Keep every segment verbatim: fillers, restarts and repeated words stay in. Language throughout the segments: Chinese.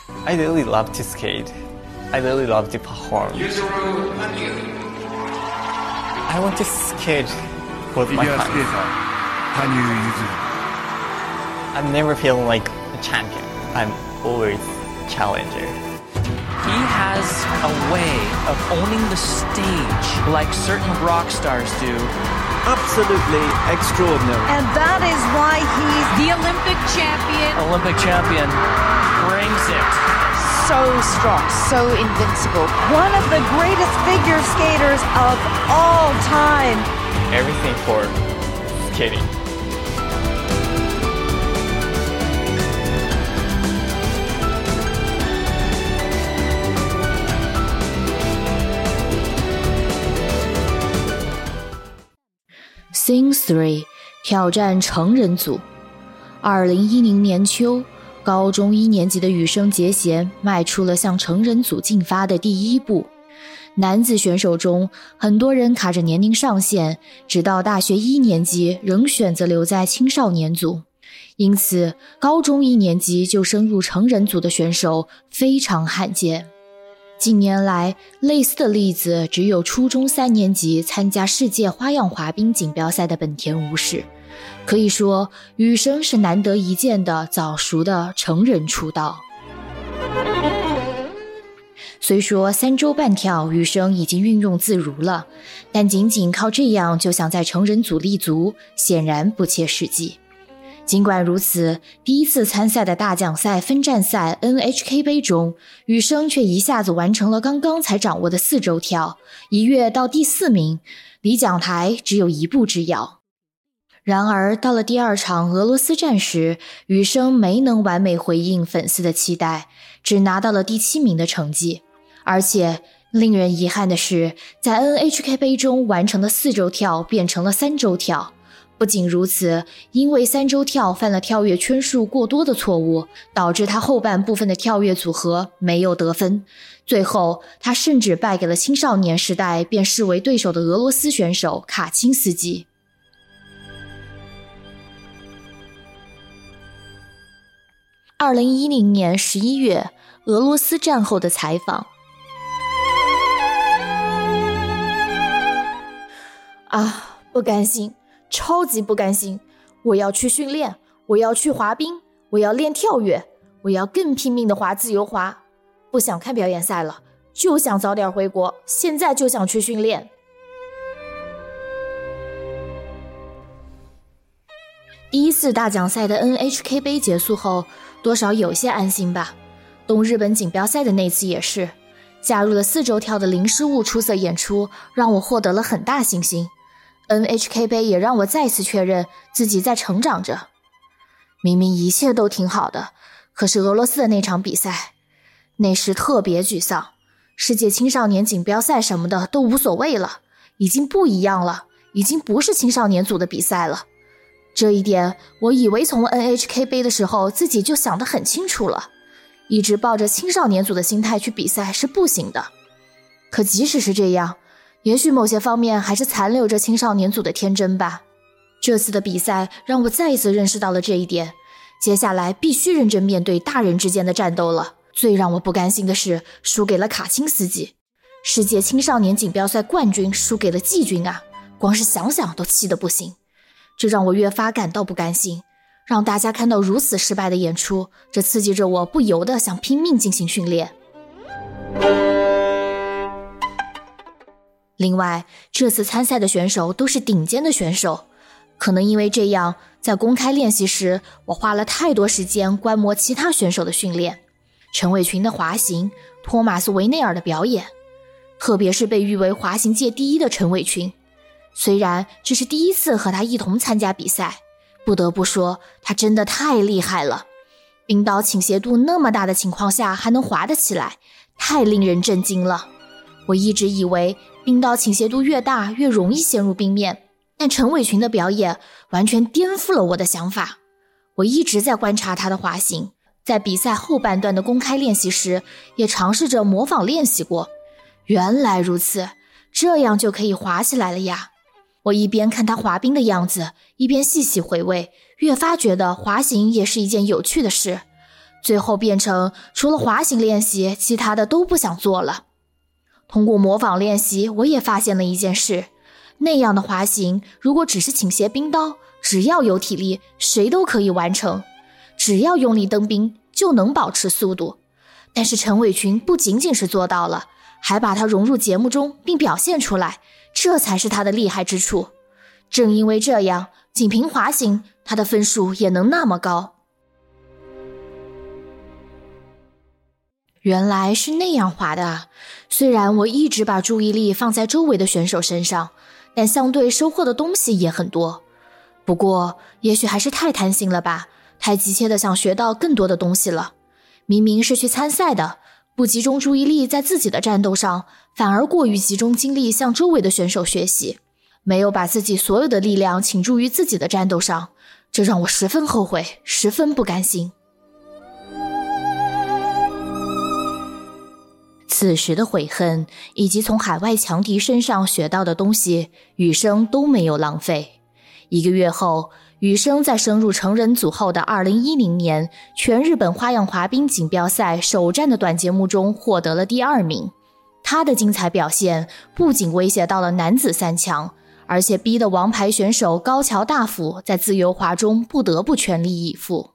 I really love to skate. I really love to perform. I want to skate with my friends. I'm never feeling like a champion. I'm always a challenger. He has a way of owning the stage like certain rock stars do. Absolutely extraordinary. And that is why he's the Olympic champion. Olympic champion brings it. So strong, so invincible. One of the greatest figure skaters of all time. Everything for skating. Scene three 挑战成人组。二零一零年秋，高中一年级的羽生结弦迈出了向成人组进发的第一步。男子选手中，很多人卡着年龄上限，直到大学一年级仍选择留在青少年组。因此，高中一年级就升入成人组的选手非常罕见。近年来，类似的例子只有初中三年级参加世界花样滑冰锦标赛的本田武史。可以说，羽生是难得一见的早熟的成人出道。虽说三周半跳羽生已经运用自如了，但仅仅靠这样就想在成人组立足，显然不切实际。尽管如此，第一次参赛的大奖赛分站赛 N H K 杯中，羽生却一下子完成了刚刚才掌握的四周跳，一跃到第四名，离奖台只有一步之遥。然而到了第二场俄罗斯站时，羽生没能完美回应粉丝的期待，只拿到了第七名的成绩。而且令人遗憾的是，在 N H K 杯中完成的四周跳变成了三周跳。不仅如此，因为三周跳犯了跳跃圈数过多的错误，导致他后半部分的跳跃组合没有得分。最后，他甚至败给了青少年时代便视为对手的俄罗斯选手卡钦斯基。二零一零年十一月，俄罗斯战后的采访。啊，不甘心。超级不甘心，我要去训练，我要去滑冰，我要练跳跃，我要更拼命的滑自由滑。不想看表演赛了，就想早点回国，现在就想去训练。第一次大奖赛的 N H K 杯结束后，多少有些安心吧。东日本锦标赛的那次也是，加入了四周跳的零失误出色演出，让我获得了很大信心。N H K 杯也让我再次确认自己在成长着。明明一切都挺好的，可是俄罗斯的那场比赛，那时特别沮丧。世界青少年锦标赛什么的都无所谓了，已经不一样了，已经不是青少年组的比赛了。这一点，我以为从 N H K 杯的时候自己就想得很清楚了，一直抱着青少年组的心态去比赛是不行的。可即使是这样，也许某些方面还是残留着青少年组的天真吧。这次的比赛让我再一次认识到了这一点，接下来必须认真面对大人之间的战斗了。最让我不甘心的是，输给了卡钦斯基。世界青少年锦标赛冠军输给了季军啊，光是想想都气得不行。这让我越发感到不甘心，让大家看到如此失败的演出，这刺激着我不由得想拼命进行训练。另外，这次参赛的选手都是顶尖的选手，可能因为这样，在公开练习时，我花了太多时间观摩其他选手的训练。陈伟群的滑行，托马斯·维内尔的表演，特别是被誉为滑行界第一的陈伟群。虽然这是第一次和他一同参加比赛，不得不说，他真的太厉害了。冰刀倾斜度那么大的情况下还能滑得起来，太令人震惊了。我一直以为冰刀倾斜度越大越容易陷入冰面，但陈伟群的表演完全颠覆了我的想法。我一直在观察他的滑行，在比赛后半段的公开练习时也尝试着模仿练习过。原来如此，这样就可以滑起来了呀。我一边看他滑冰的样子，一边细细回味，越发觉得滑行也是一件有趣的事。 最后变成除了滑行练习，其他的都不想做了。通过模仿练习，我也发现了一件事，那样的滑行如果只是倾斜冰刀，只要有体力，谁都可以完成，只要用力蹬冰就能保持速度。但是陈伟群不仅仅是做到了，还把它融入节目中并表现出来，这才是他的厉害之处。正因为这样，仅凭滑行，他的分数也能那么高。原来是那样滑的啊！虽然我一直把注意力放在周围的选手身上，但相对收获的东西也很多。不过，也许还是太贪心了吧，太急切的想学到更多的东西了。明明是去参赛的，不集中注意力在自己的战斗上，反而过于集中精力向周围的选手学习，没有把自己所有的力量倾注于自己的战斗上，这让我十分后悔，十分不甘心。此时的悔恨以及从海外强敌身上学到的东西，羽生都没有浪费。一个月后，羽生在升入成人组后的二零一零年全日本花样滑冰锦标赛首战的短节目中获得了第二名。他的精彩表现不仅威胁到了男子三强，而且逼得王牌选手高桥大辅在自由滑中不得不全力以赴。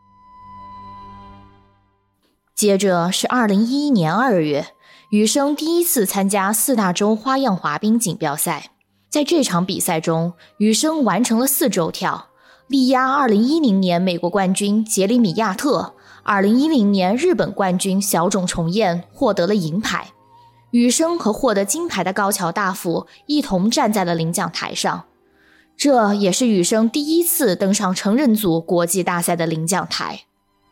接着是二零一一年二月，羽生第一次参加四大洲花样滑冰锦标赛。在这场比赛中，羽生完成了四周跳，力压二零一零年美国冠军杰里米亚特，二零一零年日本冠军小冢重彦获得了银牌。羽生和获得金牌的高桥大辅一同站在了领奖台上，这也是羽生第一次登上成人组国际大赛的领奖台。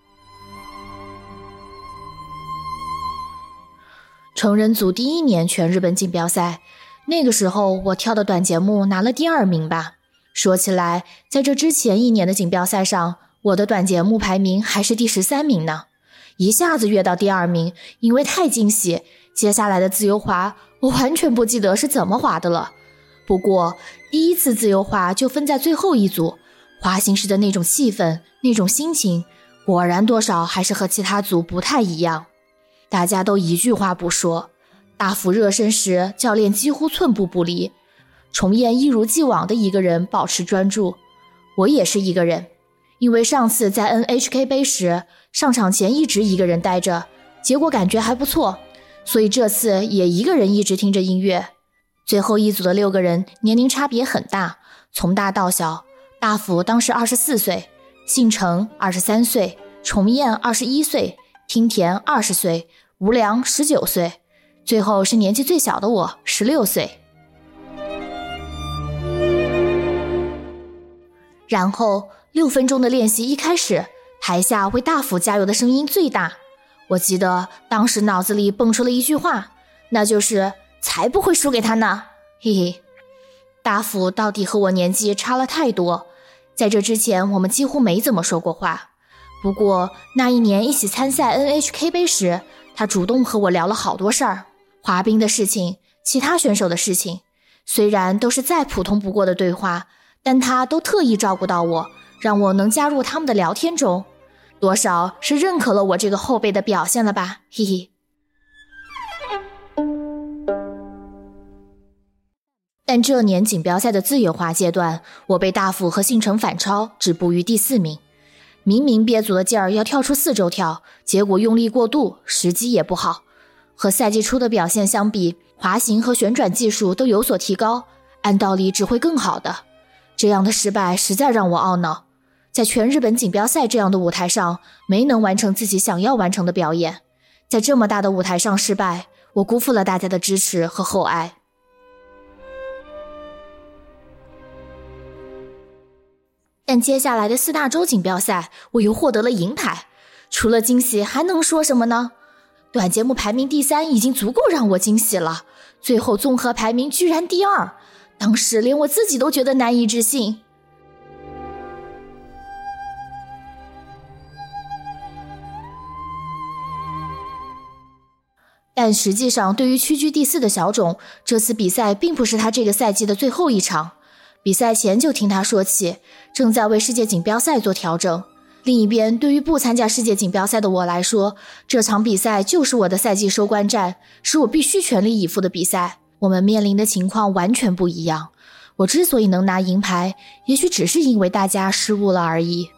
成人组第一年全日本锦标赛，那个时候我跳的短节目拿了第二名吧。说起来，在这之前一年的锦标赛上，我的短节目排名还是第十三名呢。一下子跃到第二名，因为太惊喜，接下来的自由滑我完全不记得是怎么滑的了。不过第一次自由滑就分在最后一组，滑行时的那种气氛，那种心情，果然多少还是和其他组不太一样。大家都一句话不说，大辅热身时教练几乎寸步不离，重彦一如既往的一个人保持专注，我也是一个人，因为上次在 N H K 杯时上场前一直一个人待着，结果感觉还不错，所以这次也一个人一直听着音乐。最后一组的六个人年龄差别很大，从大到小，大辅当时二十四岁，信成二十三岁，重彦二十一岁，听田二十岁，吴良十九岁，最后是年纪最小的我十六岁。然后六分钟的练习一开始，台下为大辅加油的声音最大。我记得当时脑子里蹦出了一句话，那就是才不会输给他呢，嘿嘿。大辅到底和我年纪差了太多，在这之前我们几乎没怎么说过话。不过那一年一起参赛 N H K 杯时，他主动和我聊了好多事儿，滑冰的事情，其他选手的事情，虽然都是再普通不过的对话，但他都特意照顾到我，让我能加入他们的聊天中，多少是认可了我这个后辈的表现了吧，嘿嘿。但这年锦标赛的自由滑阶段，我被大辅和信成反超，止步于第四名。明明憋足了劲儿要跳出四周跳，结果用力过度，时机也不好。和赛季初的表现相比，滑行和旋转技术都有所提高，按道理只会更好的。这样的失败实在让我懊恼，在全日本锦标赛这样的舞台上，没能完成自己想要完成的表演。在这么大的舞台上失败，我辜负了大家的支持和厚爱。但接下来的四大洲锦标赛，我又获得了银牌，除了惊喜还能说什么呢？短节目排名第三已经足够让我惊喜了，最后综合排名居然第二，当时连我自己都觉得难以置信。但实际上，对于屈居第四的小冢，这次比赛并不是他这个赛季的最后一场。比赛前就听他说起，正在为世界锦标赛做调整， 另一边，对于不参加世界锦标赛的我来说，这场比赛就是我的赛季收官战，是我必须全力以赴的比赛。我们面临的情况完全不一样。我之所以能拿银牌，也许只是因为大家失误了而已。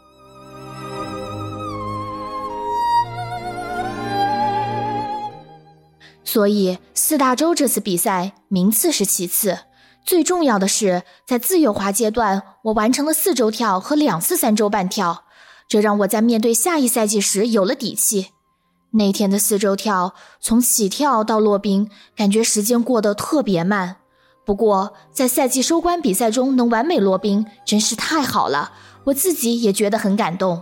所以四大洲这次比赛名次是其次，最重要的是在自由滑阶段，我完成了四周跳和两次三周半跳，这让我在面对下一赛季时有了底气。那天的四周跳，从起跳到落冰，感觉时间过得特别慢。不过在赛季收官比赛中能完美落冰，真是太好了，我自己也觉得很感动。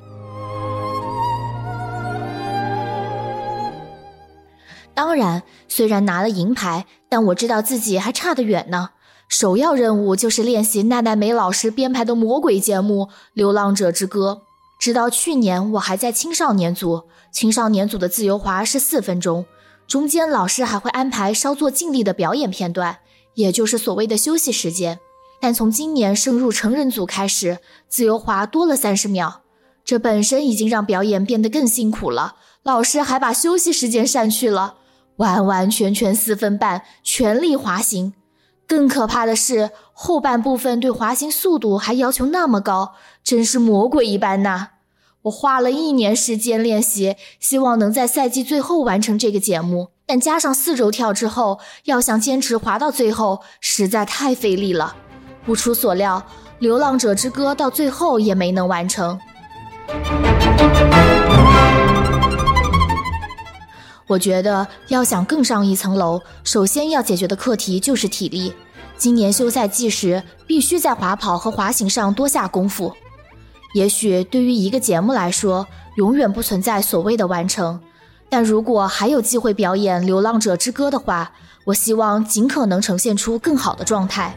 当然，虽然拿了银牌，但我知道自己还差得远呢。首要任务就是练习奈奈美老师编排的魔鬼节目《流浪者之歌》。直到去年，我还在青少年组，青少年组的自由滑是四分钟，中间老师还会安排稍作尽力的表演片段，也就是所谓的休息时间。但从今年升入成人组开始，自由滑多了三十秒，这本身已经让表演变得更辛苦了，老师还把休息时间删去了。完完全全四分半，全力滑行。更可怕的是，后半部分对滑行速度还要求那么高，真是魔鬼一般呐！我花了一年时间练习，希望能在赛季最后完成这个节目，但加上四周跳之后，要想坚持滑到最后，实在太费力了。不出所料，流浪者之歌到最后也没能完成。我觉得要想更上一层楼，首先要解决的课题就是体力。今年休赛季时，必须在滑跑和滑行上多下功夫。也许对于一个节目来说，永远不存在所谓的完成，但如果还有机会表演《流浪者之歌》的话，我希望尽可能呈现出更好的状态。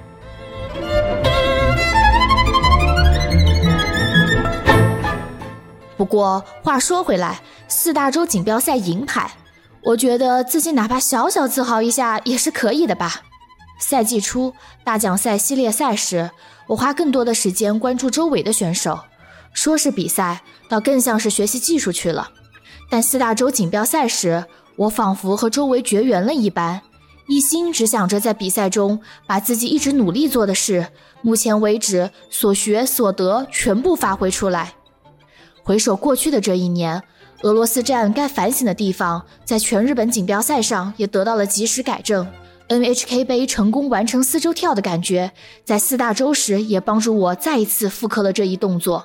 不过话说回来，四大洲锦标赛银牌，我觉得自己哪怕小小自豪一下也是可以的吧。赛季初大奖赛系列赛时，我花更多的时间关注周围的选手，说是比赛，倒更像是学习技术去了。但四大洲锦标赛时，我仿佛和周围绝缘了一般，一心只想着在比赛中把自己一直努力做的事，目前为止所学所得全部发挥出来。回首过去的这一年，俄罗斯站该反省的地方，在全日本锦标赛上也得到了及时改正。N H K 杯成功完成四周跳的感觉，在四大洲时也帮助我再一次复刻了这一动作。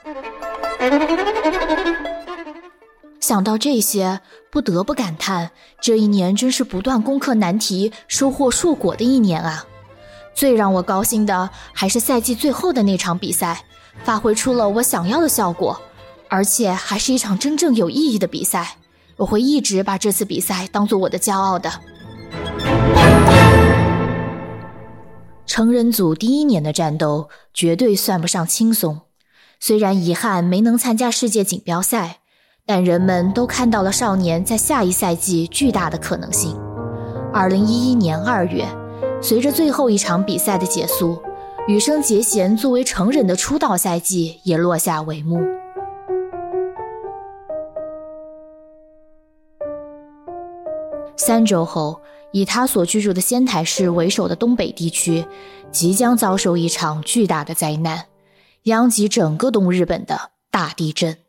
想到这些，不得不感叹，这一年真是不断攻克难题、收获硕果的一年啊！最让我高兴的还是赛季最后的那场比赛，发挥出了我想要的效果，而且还是一场真正有意义的比赛。我会一直把这次比赛当作我的骄傲的。成人组第一年的战斗绝对算不上轻松，虽然遗憾没能参加世界锦标赛，但人们都看到了少年在下一赛季巨大的可能性。二零一一年二月，随着最后一场比赛的结束，羽生结弦作为成人的出道赛季也落下帷幕。三周后，以他所居住的仙台市为首的东北地区即将遭受一场巨大的灾难，殃及整个东日本的大地震。